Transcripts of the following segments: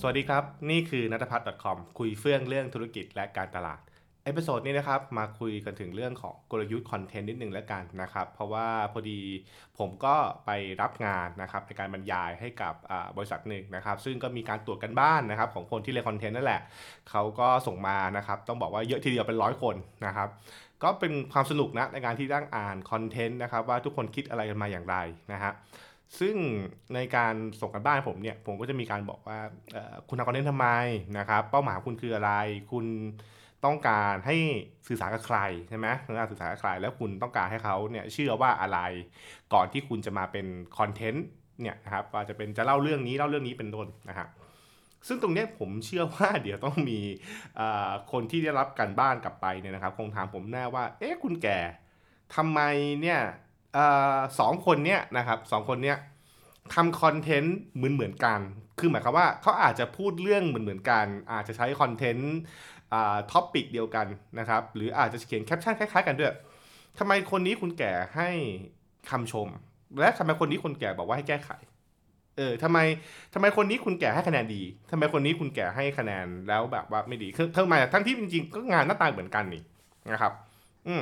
วัสดีครับนี่คือนัทพัฒน์ .com คุยเฟื่องเรื่องธุรกิจและการตลาดเอพิโซดนี้นะครับมาคุยกันถึงเรื่องของกลยุทธ์คอนเทนต์นิดนึงแล้วกันนะครับเพราะว่าพอดีผมก็ไปรับงานนะครับในการบรรยายให้กับบริษัทหนึ่งนะครับซึ่งก็มีการตรวจกันบ้านนะครับของคนที่เรียนคอนเทนต์นั่นแหละเขาก็ส่งมานะครับต้องบอกว่าเยอะทีเดียวเป็น100 คนนะครับก็เป็นความสนุกนะในการที่นั่งอ่านคอนเทนต์นะครับว่าทุกคนคิดอะไรกันมาอย่างไรนะฮะ ซึ่งในการส่งกันบ้านผมเนี่ยผมก็จะมีการบอกว่าคุณทำคอนเทนต์ทำไมนะครับเป้าหมายของคุณคืออะไรคุณต้องการให้สื่อสารกับใครใช่ไหมต้องการสื่อสารกับใครแล้วคุณต้องการให้เขาเนี่ยเชื่อว่าอะไรก่อนที่คุณจะมาเป็นคอนเทนต์เนี่ยนะครับว่าจะเป็นจะเล่าเรื่องนี้เป็นต้นนะฮะซึ่งตรงเนี้ยผมเชื่อว่าเดี๋ยวต้องมีคนที่ได้รับการบ้านกลับไปเนี่ยนะครับคงถามผมแน่ว่าเอ๊ะคุณแก่ทำไมเนี่ยสองคนเนี้ยนะครับสองคนเนี้ย ทำคอนเทนต์เหมือนกัน คือหมายความว่าเขาอาจจะพูดเรื่องเหมือนกันอาจจะใช้คอนเทนต์ท็อปิกเดียวกันนะครับหรืออาจจะเขียนแคปชั่นคล้ายๆกันด้วยทำไมคนนี้คุณแก่ให้คำชมและทำไมคนนี้คนแก่บอกว่าให้แก้ไขทำไมคนนี้คุณแก่ให้คะแนนดีทำไมคนนี้คุณแก่ให้คะแนนแล้วแบบว่าไม่ดีคือทำไมทั้งที่จริงๆก็งานหน้าตาเหมือนกันนี่นะครับอืม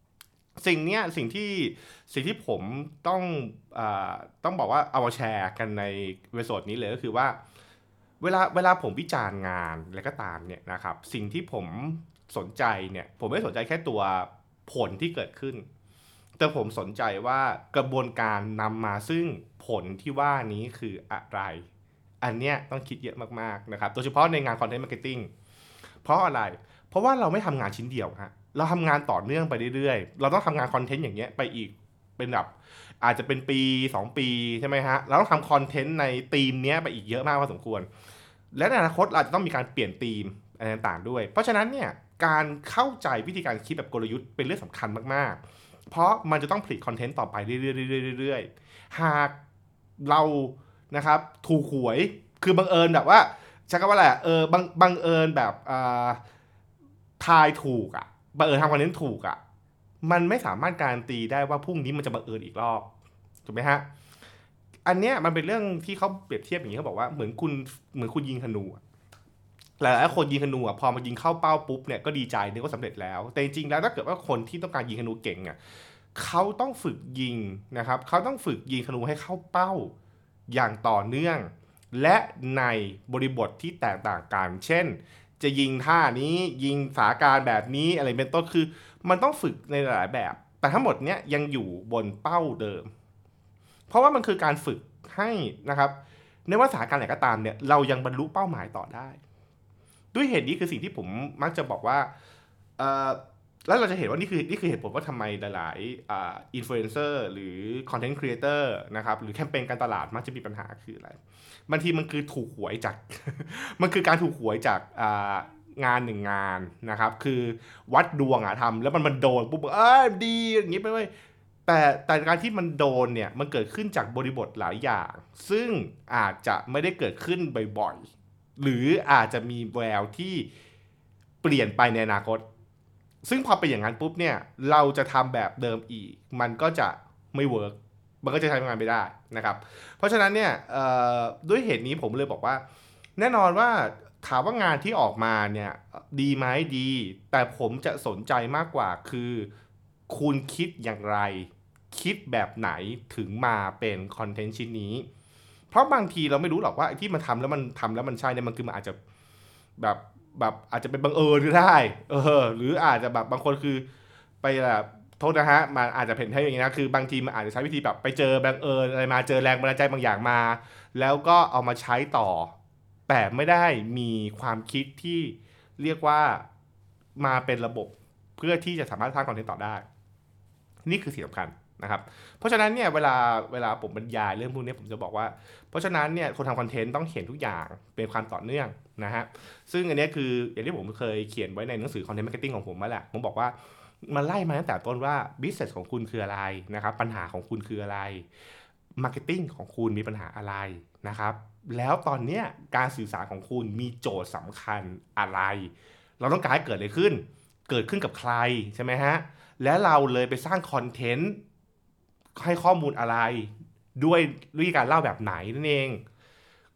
สิ่งที่ผมต้องอาต้องบอกว่าเอามาแชร์กันในเอพิโซดนี้เลยก็คือว่าเวลาผมวิจารณ์งานอะไรก็ตามเนี่ยนะครับสิ่งที่ผมสนใจเนี่ยผมไม่ได้สนใจแค่ตัวผลที่เกิดขึ้นแต่ผมสนใจว่ากระบวนการนำมาซึ่งผลที่ว่านี้คืออะไรอันเนี้ยต้องคิดเยอะมากๆนะครับโดยเฉพาะในงานคอนเทนต์มาร์เก็ตติ้ง เพราะอะไร เพราะว่าเราไม่ทำงานชิ้นเดียวฮะเราทำงานต่อเนื่องไปเรื่อยๆเราต้องทำงานคอนเทนต์อย่างเงี้ยไปอีกเป็นแบบอาจจะเป็นปี2 ปีใช่ไหมฮะเราต้องทำคอนเทนต์ในธีมเนี้ยไปอีกเยอะมากพอสมควรและในอนาคตเราจะต้องมีการเปลี่ยนธีมอะไรต่างๆด้วยเพราะฉะนั้นเนี่ยการเข้าใจวิธีการคิดแบบกลยุทธ์เป็นเรื่องสำคัญมากๆเพราะมันจะต้องผลิตคอนเทนต์ต่อไปเรื่อยๆๆๆหากเรานะครับถูกหวยคือบังเอิญแบบว่า ใช้คำว่าอะไรบังเอิญแบบทายถูกอ่ะบังเอิญทำคอนเทนต์ถูกอ่ะมันไม่สามารถการันตีได้ว่าพรุ่งนี้มันจะบังเอิญอีกรอบถูกไหมฮะอันเนี้ยมันเป็นเรื่องที่เขาเปรียบเทียบอย่างนี้เขาบอกว่าเหมือนคุณยิงธนูอะหลายๆคนยิงธนูอ่ะพอมายิงเข้าเป้าปุ๊บเนี่ยก็ดีใจนึกว่าสำเร็จแล้วแต่จริงๆแล้วถ้าเกิดว่าคนที่ต้องการยิงธนูเก่งอ่ะเขาต้องฝึกยิงนะครับเขาต้องฝึกยิงธนูให้เข้าเป้าอย่างต่อเนื่อง และในบริบทที่แตกต่างกัน เช่น จะยิงท่านี้ยิงสถานการณ์แบบนี้อะไรเป็นต้นคือมันต้องฝึกในหลายแบบ แต่ทั้งหมดเนี้ยยังอยู่บนเป้าเดิม เพราะว่ามันคือการฝึกให้นะครับในว่าสถานการณ์ไหนก็ตามเนี่ยเรายังบรรลุเป้าหมายต่อได้ ด้วยเหตุนี้คือสิ่งที่ผมมักจะบอกว่าเอ่อแล้วเราจะเห็นว่านี่คือเหตุผลว่าทำไมหลายๆอินฟลูเอนเซอร์หรือคอนเทนต์ครีเอเตอร์นะครับหรือแคมเปญการตลาดมักจะมีปัญหาคืออะไรบางทีมันคือถูกหวยจากมันคือการถูกหวยจากงานหนึ่งงานนะครับคือวัดดวงอะทำแล้วมันโดนปุ๊บดีอย่างนี้ไปเลยแต่การที่มันโดนเนี่ยมันเกิดขึ้นจากบริบทหลายอย่างซึ่งอาจจะไม่ได้เกิดขึ้นบ่อยๆ หรืออาจจะมีแววที่เปลี่ยนไปในอนาคตซึ่งพอเป็นอย่างนั้นปุ๊บเนี่ยเราจะทำแบบเดิมอีกมันก็จะไม่เวิร์กมันก็จะใช้งานไม่ได้นะครับเพราะฉะนั้นเนี่ยด้วยเหตุนี้ผมเลยบอกว่าแน่นอนว่าถามว่างานที่ออกมาเนี่ยดีไหมดีแต่ผมจะสนใจมากกว่าคือคุณคิดอย่างไรคิดแบบไหนถึงมาเป็นคอนเทนต์ชิ้นนี้ เพราะบางทีเราไม่รู้หรอกว่าไอ้ที่มันทำแล้วมันใช่เนี่ยมันคือมันอาจจะแบบแบบอาจจะเป็นบังเอิญก็ได้หรืออาจจะแบบบางคนคือไปแบบโทษนะฮะมันอาจจะเห็นให้อย่างนี้นะคือบางทีมันอาจจะใช้วิธีแบบไปเจอบังเอิญอะไรมาเจอแรงบันดาลใจบางอย่างมาแล้วก็เอามาใช้ต่อแต่ไม่ได้มีความคิดที่เรียกว่ามาเป็นระบบเพื่อที่จะสามารถสร้างคอนเทนต์ต่อได้นี่คือสิ่งสำคัญนะครับเพราะฉะนั้นเนี่ยเวลาผมบรรยายเรื่องพวกนี้ผมจะบอกว่า เพราะฉะนั้นเนี่ยคนทำคอนเทนต์ต้องเห็นทุกอย่างเป็นความต่อเนื่องนะฮะซึ่งอันนี้คืออย่างที่ผมเคยเขียนไว้ในหนังสือคอนเทนต์มาร์เก็ตติ้งของผมมาแหละผมบอกว่ามันไล่มาตั้งแต่ต้นว่า business ของคุณคืออะไรนะครับปัญหาของคุณคืออะไรมาร์เก็ตติ้งของคุณมีปัญหาอะไรนะครับแล้วตอนเนี้ยการสื่อสารของคุณมีโจทย์สำคัญอะไรเราต้องการให้เกิดอะไรขึ้นเกิดขึ้นกับใครใช่ไหมฮะและเราเลยไปสร้างคอนเทนต์ให้ข้อมูลอะไร ด้วยวิธีการเล่าแบบไหนนั่นเอง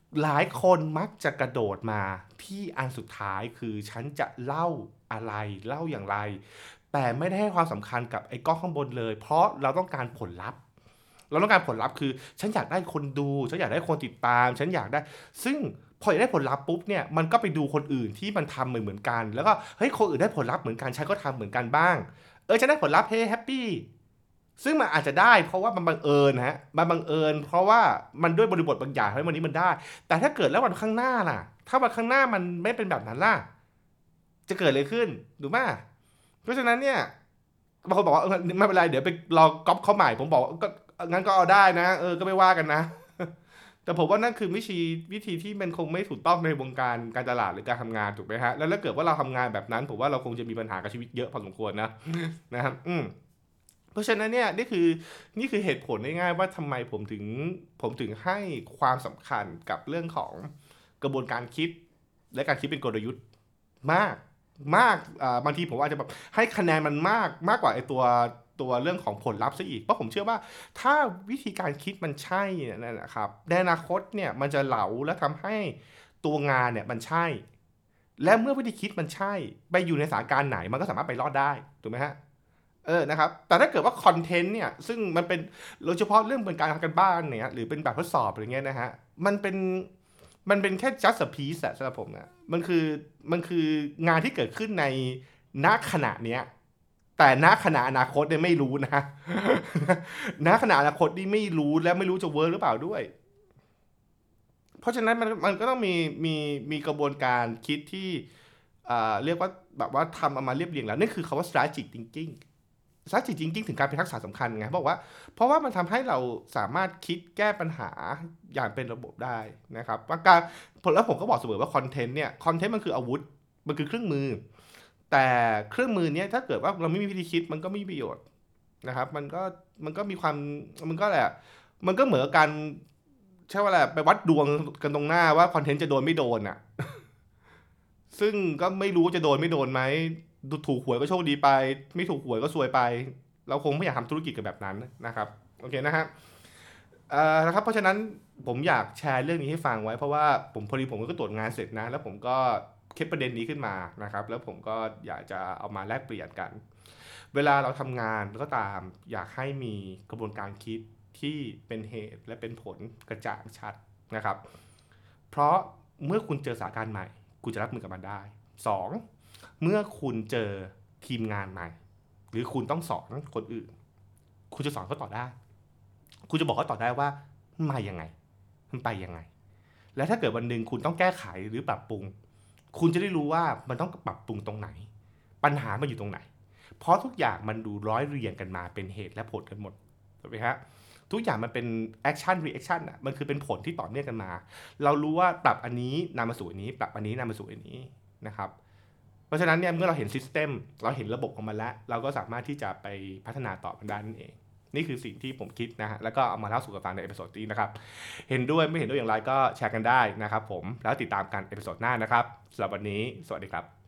หลายคนมักจะกระโดดมาที่อันสุดท้ายคือฉันจะเล่าอะไรเล่าอย่างไรแต่ไม่ได้ให้ความสำคัญกับไอ้ก้อนข้างบนเลยเพราะเราต้องการผลลัพธ์เราต้องการผลลัพธ์คือฉันอยากได้คนดูฉันอยากได้คนติดตามฉันอยากได้ซึ่งพออยากได้ผลลัพธ์ปุ๊บเนี่ยมันก็ไปดูคนอื่นที่มันทำเหมือนกันแล้วก็เฮ้ยคนอื่นได้ผลลัพธ์เหมือนกันฉันก็ทำเหมือนกันบ้างฉันได้ผลลัพธ์เฮ้แฮปปี้ซึ่งมันอาจจะได้เพราะว่ามันบังเอิญฮะมันบังเอิญเพราะว่ามันด้วยบริบทบางอย่างทำให้วันนี้มันได้แต่ถ้าเกิดแล้ววันข้างหน้าล่ะถ้าวันข้างหน้ามันไม่เป็นแบบนั้นล่ะจะเกิดอะไรขึ้นถูกไหมเพราะฉะนั้นเนี่ยบางคนบอกว่าไม่เป็นไรเดี๋ยวไปลองก๊อปเขาใหม่ผมบอกก็งั้นก็เอาได้นะก็ไม่ว่ากันนะแต่ผมว่านั่นคือวิธีที่มันคงไม่ถูกต้องในวงการการตลาดหรือการทำงานถูกไหมฮะแล้วถ้าเกิดว่าเราทำงานแบบนั้นผมว่าเราคงจะมีปัญหากับชีวิตเยอะพอสมควรนะครับเพราะฉะนั้นเนี่ยนี่คือเหตุผลง่ายๆว่าทำไมผมถึงให้ความสำคัญกับเรื่องของกระบวนการคิดและการคิดเป็นกลยุทธ์มากมากบางทีผมอาจจะแบบให้คะแนนมันมากกว่าไอ้ตัวเรื่องของผลลัพธ์ซะอีกเพราะผมเชื่อว่าถ้าวิธีการคิดมันใช่นั่นนะครับในอนาคตเนี่ยมันจะเหลาและทำให้ตัวงานเนี่ยมันใช่และเมื่อวิธีคิดมันใช่ไปอยู่ในสถานการณ์ไหนมันก็สามารถไปรอดได้ถูกไหมฮะ นะครับแต่ถ้าเกิดว่าคอนเทนต์เนี่ยซึ่งมันเป็นโดยเฉพาะเรื่องเป็นการทำกันบ้านเนี่ยหรือเป็นแบบทดสอบอะไรเงี้ยนะฮะมันเป็นแค่ just a piece อะสำหรับผมนะมันคืองานที่เกิดขึ้นในณขณะเนี้ยแต่ณขณะอนาคตเนี่ยไม่รู้นะณขณะอนาคตนี่ไม่รู้และไม่รู้จะเวิร์กหรือเปล่าด้วยเพราะฉะนั้นมันก็ต้องมีกระบวนการคิดที่เรียกว่าแบบว่าทำเอามาเรียบเรียงแล้วนั่นคือคำว่า strategic thinking ซะจริงๆถึงการเป็นทักษะสำคัญไงบอกว่าเพราะว่ามันทำให้เราสามารถคิดแก้ปัญหาอย่างเป็นระบบได้นะครับว่าการแล้วผมก็บอกเสมอว่าคอนเทนต์เนี่ยคอนเทนต์มันคืออาวุธมันคือเครื่องมือแต่เครื่องมือเนี้ยถ้าเกิดว่าเราไม่มีวิธีคิดมันก็ไม่มีประโยชน์นะครับมันก็มีความมันก็แหละมันก็เหมือนกันใช่ว่าแหละไปวัดดวงกันตรงหน้าว่าคอนเทนต์จะโดนไม่โดนอ่ะ ซึ่งก็ไม่รู้จะโดนไม่โดนไหมถูกหวยก็โชคดีไปไม่ถูกหวยก็ซวยไปเราคงไม่อยากทำธุรกิจกันแบบนั้นนะครับโอเคนะฮะนะครับเพราะฉะนั้นผมอยากแชร์เรื่องนี้ให้ฟังไว้เพราะว่าผมก็ตรวจงานเสร็จนะแล้วผมก็คิดประเด็นนี้ขึ้นมานะครับแล้วผมก็อยากจะเอามาแลกเปลี่ยนกันเวลาเราทำงานก็ตามอยากให้มีกระบวนการคิดที่เป็นเหตุและเป็นผลกระจ่างชัดนะครับเพราะเมื่อคุณเจอสถานการณ์ใหม่คุณจะรับมือกับมันได้2เมื่อคุณเจอทีมงานใหม่หรือคุณต้องสอนคนอื่นคุณจะสอนเขาต่อได้คุณจะบอกเขาต่อได้ว่ามายังไงมันไปยังไงและถ้าเกิดวันหนึ่งคุณต้องแก้ไขหรือปรับปรุงคุณจะได้รู้ว่ามันต้องปรับปรุงตรงไหนปัญหามันอยู่ตรงไหนเพราะทุกอย่างมันดูร้อยเรียงกันมาเป็นเหตุและผลกันหมดถูกไหมครับทุกอย่างมันเป็น action reaction อ่ะมันคือเป็นผลที่ต่อเนื่องกันมาเรารู้ว่าปรับอันนี้นำมาสู่อันนี้ปรับอันนี้นำมาสู่อันนี้นะครับเพราะฉะนั้นเนี่ยเมื่อเราเห็น system เราเห็นระบบของมันแล้วเราก็สามารถที่จะไปพัฒนาต่อมันได้นั่นเองนี่คือสิ่งที่ผมคิดนะฮะแล้วก็เอามาเล่าสู่กันฟังในเอพิโซดนี้นะครับเห็นด้วยไม่เห็นด้วยอย่างไรก็แชร์กันได้นะครับผมแล้วติดตามกันเอพิโซดหน้านะครับสำหรับวันนี้สวัสดีครับ